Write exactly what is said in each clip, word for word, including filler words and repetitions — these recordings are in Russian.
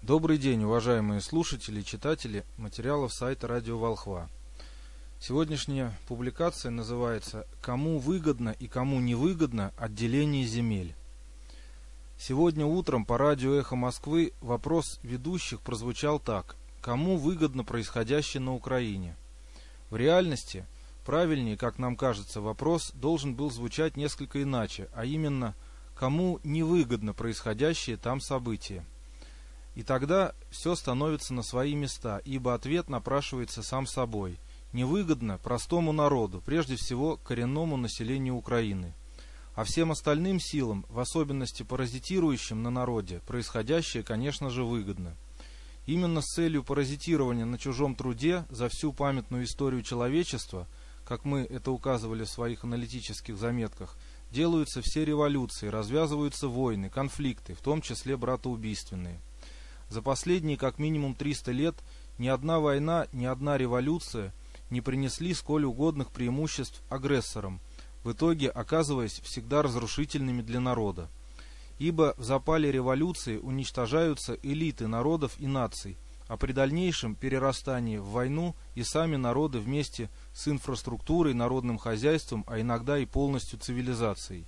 Добрый день, уважаемые слушатели и читатели материалов сайта Радио Волхва. Сегодняшняя публикация называется «Кому выгодно и кому невыгодно отделение земель». Сегодня утром по радио «Эхо Москвы» вопрос ведущих прозвучал так: «Кому выгодно происходящее на Украине?». В реальности, правильнее, как нам кажется, вопрос должен был звучать несколько иначе, а именно «Кому невыгодно происходящее там события?». И тогда все становится на свои места, ибо ответ напрашивается сам собой. Невыгодно простому народу, прежде всего коренному населению Украины. А всем остальным силам, в особенности паразитирующим на народе, происходящее, конечно же, выгодно. Именно с целью паразитирования на чужом труде за всю памятную историю человечества, как мы это указывали в своих аналитических заметках, делаются все революции, развязываются войны, конфликты, в том числе братоубийственные. За последние как минимум триста лет ни одна война, ни одна революция не принесли сколь угодных преимуществ агрессорам, в итоге оказываясь всегда разрушительными для народа. Ибо в запале революции уничтожаются элиты народов и наций, а при дальнейшем перерастании в войну и сами народы вместе с инфраструктурой, народным хозяйством, а иногда и полностью цивилизацией.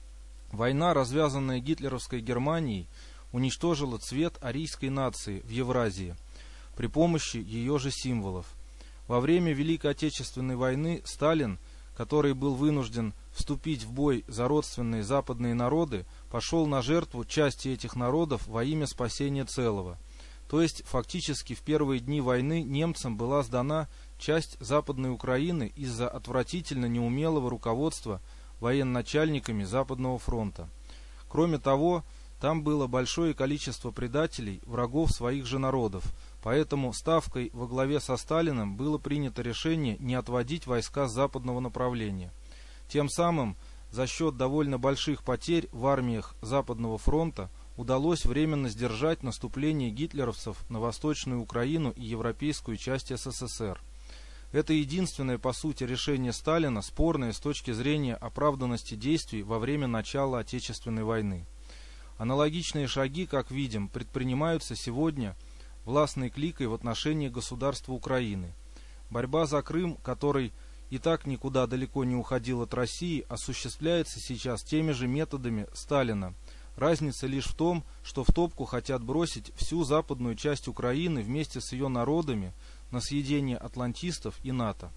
Война, развязанная гитлеровской Германией, уничтожила цвет арийской нации в Евразии при помощи ее же символов. Во время Великой Отечественной войны Сталин, который был вынужден вступить в бой за родственные западные народы, пошел на жертву части этих народов во имя спасения целого. То есть фактически в первые дни войны немцам была сдана часть Западной Украины из-за отвратительно неумелого руководства военачальниками Западного фронта. Кроме того, там было большое количество предателей, врагов своих же народов, поэтому ставкой во главе со Сталиным было принято решение не отводить войска с западного направления. Тем самым, за счет довольно больших потерь в армиях Западного фронта удалось временно сдержать наступление гитлеровцев на Восточную Украину и европейскую часть СССР. Это единственное, по сути, решение Сталина, спорное с точки зрения оправданности действий во время начала Отечественной войны. Аналогичные шаги, как видим, предпринимаются сегодня властной кликой в отношении государства Украины. Борьба за Крым, который и так никуда далеко не уходил от России, осуществляется сейчас теми же методами Сталина. Разница лишь в том, что в топку хотят бросить всю западную часть Украины вместе с ее народами на съедение атлантистов и НАТО.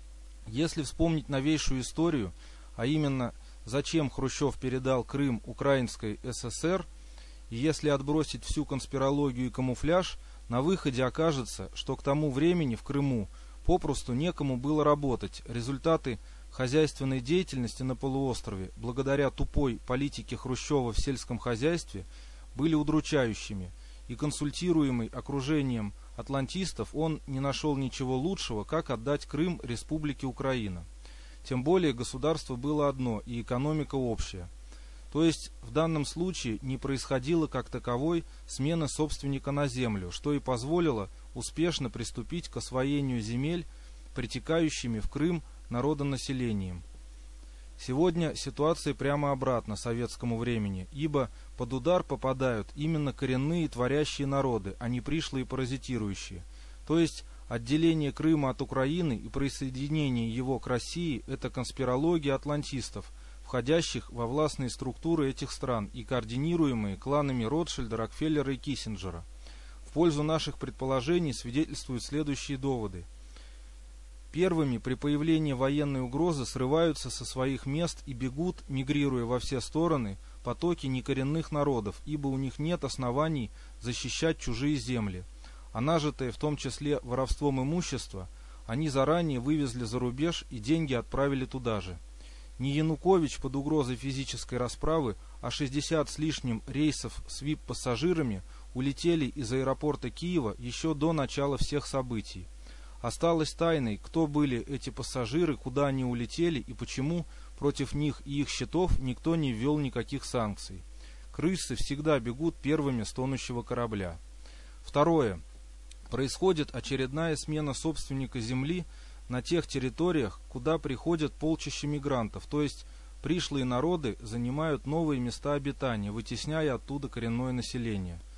Если вспомнить новейшую историю, а именно зачем Хрущев передал Крым Украинской ССР, и если отбросить всю конспирологию и камуфляж, на выходе окажется, что к тому времени в Крыму попросту некому было работать. Результаты хозяйственной деятельности на полуострове, благодаря тупой политике Хрущева в сельском хозяйстве, были удручающими, и консультируемый окружением атлантистов он не нашел ничего лучшего, как отдать Крым Республике Украина. Тем более государство было одно и экономика общая. То есть в данном случае не происходило как таковой смены собственника на землю, что и позволило успешно приступить к освоению земель, притекающими в Крым народонаселением. Сегодня ситуация прямо обратна советскому времени, ибо под удар попадают именно коренные творящие народы, а не пришлые паразитирующие. То есть отделение Крыма от Украины и присоединение его к России – это конспирология атлантистов, входящих во властные структуры этих стран и координируемые кланами Ротшильда, Рокфеллера и Киссинджера. В пользу наших предположений свидетельствуют следующие доводы. Первыми при появлении военной угрозы срываются со своих мест и бегут, мигрируя во все стороны, потоки некоренных народов, ибо у них нет оснований защищать чужие земли. А нажитое, в том числе воровством имущества, они заранее вывезли за рубеж и деньги отправили туда же. Не Янукович под угрозой физической расправы, а шестьдесят с лишним рейсов с ви ай пи-пассажирами улетели из аэропорта Киева еще до начала всех событий. Осталось тайной, кто были эти пассажиры, куда они улетели и почему против них и их счетов никто не ввел никаких санкций. Крысы всегда бегут первыми с тонущего корабля. Второе. Происходит очередная смена собственника земли на тех территориях, куда приходят полчища мигрантов, то есть пришлые народы занимают новые места обитания, вытесняя оттуда коренное население.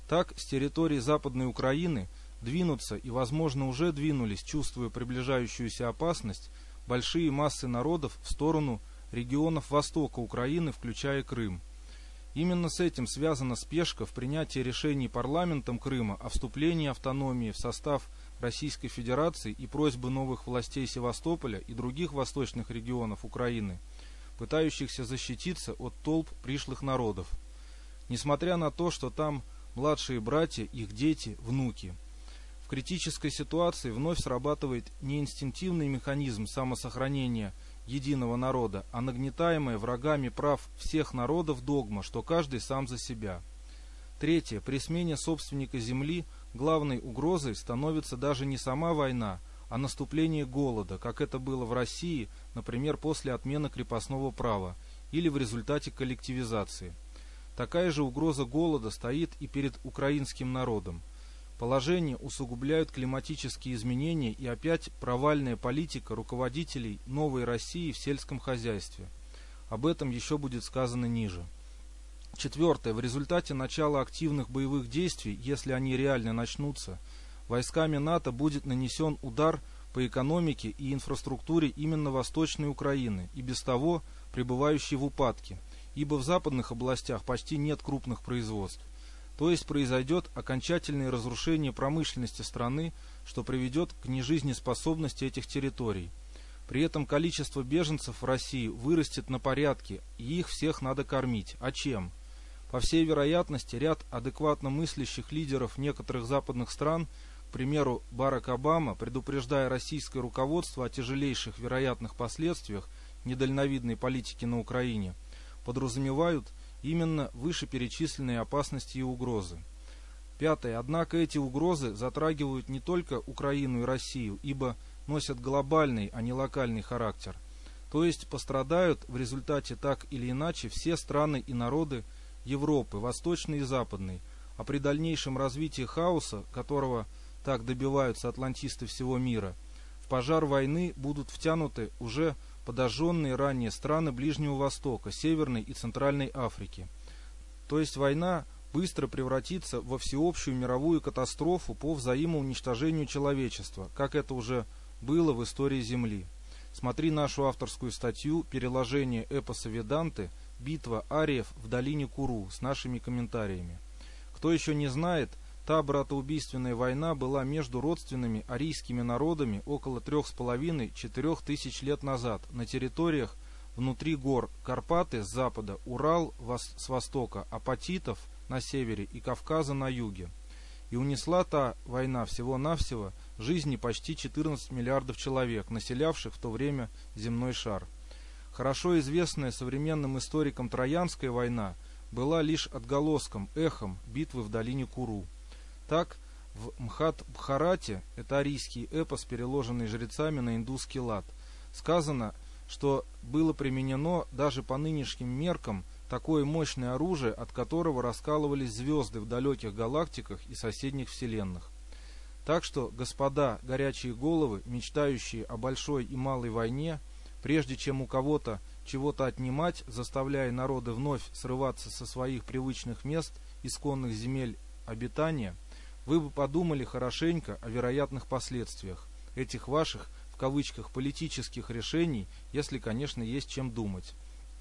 Так, с территории Западной Украины двинутся и, возможно, уже двинулись, чувствуя приближающуюся опасность, большие массы народов в сторону регионов востока Украины, включая Крым. Именно с этим связана спешка в принятии решений парламентом Крыма о вступлении автономии в состав Российской Федерации и просьбы новых властей Севастополя и других восточных регионов Украины, пытающихся защититься от толп пришлых народов. Несмотря на то, что там младшие братья, их дети, внуки. В критической ситуации вновь срабатывает не инстинктивный механизм самосохранения единого народа, а нагнетаемая врагами прав всех народов догма, что каждый сам за себя. Третье. При смене собственника земли главной угрозой становится даже не сама война, а наступление голода, как это было в России, например, после отмены крепостного права или в результате коллективизации. Такая же угроза голода стоит и перед украинским народом. Положение усугубляют климатические изменения и опять провальная политика руководителей новой России в сельском хозяйстве. Об этом еще будет сказано ниже. Четвертое. В результате начала активных боевых действий, если они реально начнутся, войсками НАТО будет нанесен удар по экономике и инфраструктуре именно Восточной Украины, и без того пребывающей в упадке, ибо в западных областях почти нет крупных производств. То есть произойдет окончательное разрушение промышленности страны, что приведет к нежизнеспособности этих территорий. При этом количество беженцев в России вырастет на порядки, и их всех надо кормить. А чем? По всей вероятности, ряд адекватно мыслящих лидеров некоторых западных стран, к примеру, Барак Обама, предупреждая российское руководство о тяжелейших вероятных последствиях недальновидной политики на Украине, подразумевают именно вышеперечисленные опасности и угрозы. Пятое. Однако эти угрозы затрагивают не только Украину и Россию, ибо носят глобальный, а не локальный характер. То есть пострадают в результате так или иначе все страны и народы Европы, восточной и западной, а при дальнейшем развитии хаоса, которого так добиваются атлантисты всего мира, в пожар войны будут втянуты уже подожженные ранее страны Ближнего Востока, Северной и Центральной Африки. То есть война быстро превратится во всеобщую мировую катастрофу по взаимоуничтожению человечества, как это уже было в истории Земли. Смотри нашу авторскую статью «Переложение эпоса Веданты. Битва ариев в долине Куру» с нашими комментариями. Кто еще не знает, та братоубийственная война была между родственными арийскими народами около трех с половиной — четырех тысяч лет назад на территориях внутри гор Карпаты с запада, Урал с востока, апатитов на севере и Кавказа на юге. И унесла та война всего-навсего жизни почти четырнадцати миллиардов человек, населявших в то время земной шар. Хорошо известная современным историкам Троянская война была лишь отголоском, эхом битвы в долине Куру. Так, в Мхат-Бхарате, это арийский эпос, переложенный жрецами на индусский лад, сказано, что было применено даже по нынешним меркам такое мощное оружие, от которого раскалывались звезды в далеких галактиках и соседних вселенных. Так что, господа горячие головы, мечтающие о большой и малой войне, прежде чем у кого-то чего-то отнимать, заставляя народы вновь срываться со своих привычных мест, исконных земель обитания, вы бы подумали хорошенько о вероятных последствиях этих ваших, в кавычках, политических решений, если, конечно, есть чем думать.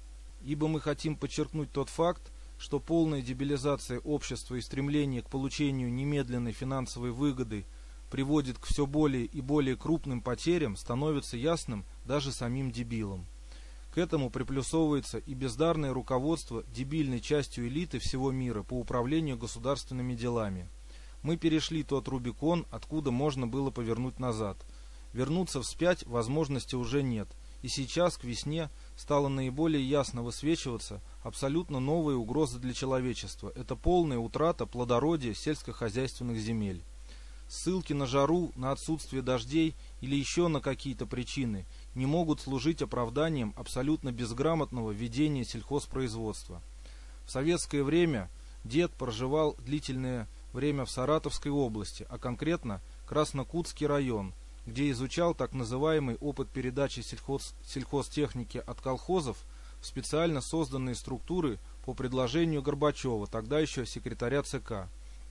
Ибо мы хотим подчеркнуть тот факт, что полная дебилизация общества и стремление к получению немедленной финансовой выгоды приводит к все более и более крупным потерям, становится ясным даже самим дебилам. К этому приплюсовывается и бездарное руководство дебильной частью элиты всего мира по управлению государственными делами. Мы перешли тот Рубикон, откуда можно было повернуть назад. Вернуться вспять возможности уже нет, и сейчас к весне стало наиболее ясно высвечиваться абсолютно новые угрозы для человечества. Это полная утрата плодородия сельскохозяйственных земель. Ссылки на жару, на отсутствие дождей или еще на какие-то причины не могут служить оправданием абсолютно безграмотного ведения сельхозпроизводства. В советское время дед проживал длительное время в Саратовской области, а конкретно Краснокутский район, где изучал так называемый опыт передачи сельхоз, сельхозтехники от колхозов в специально созданные структуры по предложению Горбачева, тогда еще секретаря ЦК.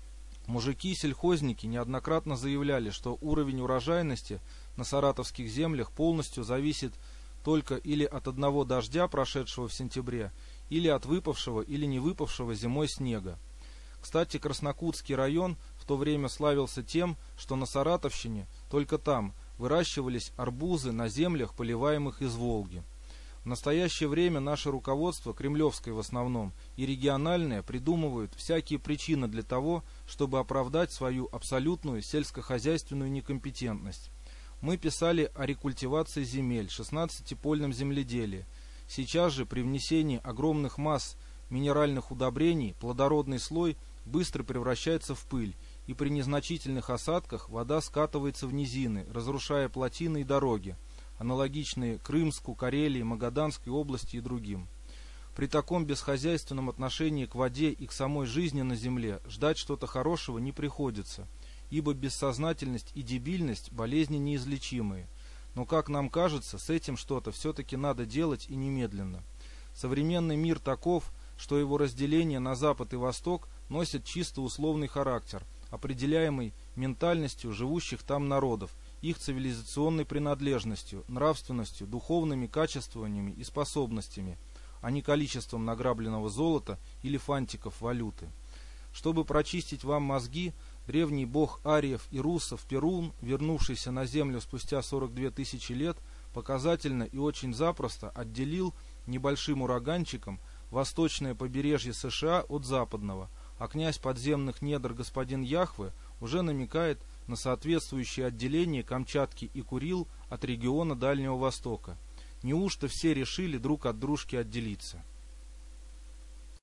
Мужики-сельхозники неоднократно заявляли, что уровень урожайности на саратовских землях полностью зависит только или от одного дождя, прошедшего в сентябре, или от выпавшего или не выпавшего зимой снега. Кстати, Краснокутский район в то время славился тем, что на Саратовщине, только там, выращивались арбузы на землях, поливаемых из Волги. В настоящее время наше руководство, кремлевское в основном, и региональное, придумывают всякие причины для того, чтобы оправдать свою абсолютную сельскохозяйственную некомпетентность. Мы писали о рекультивации земель, шестнадцатипольном земледелии. Сейчас же при внесении огромных масс минеральных удобрений плодородный слой быстро превращается в пыль, и при незначительных осадках вода скатывается в низины, разрушая плотины и дороги, аналогичные Крымску, Карелии, Магаданской области и другим. При таком бесхозяйственном отношении к воде и к самой жизни на земле ждать что-то хорошего не приходится, ибо бессознательность и дебильность – болезни неизлечимые. Но, как нам кажется, с этим что-то все-таки надо делать и немедленно. Современный мир таков, что его разделение на Запад и Восток носит чисто условный характер, определяемый ментальностью живущих там народов, их цивилизационной принадлежностью, нравственностью, духовными качествованиями и способностями, а не количеством награбленного золота или фантиков валюты. Чтобы прочистить вам мозги, древний бог ариев и руссов Перун, вернувшийся на землю спустя сорок две тысячи лет, показательно и очень запросто отделил небольшим ураганчиком восточное побережье США от западного, а князь подземных недр господин Яхве уже намекает на соответствующее отделение Камчатки и Курил от региона Дальнего Востока. Неужто все решили друг от дружки отделиться?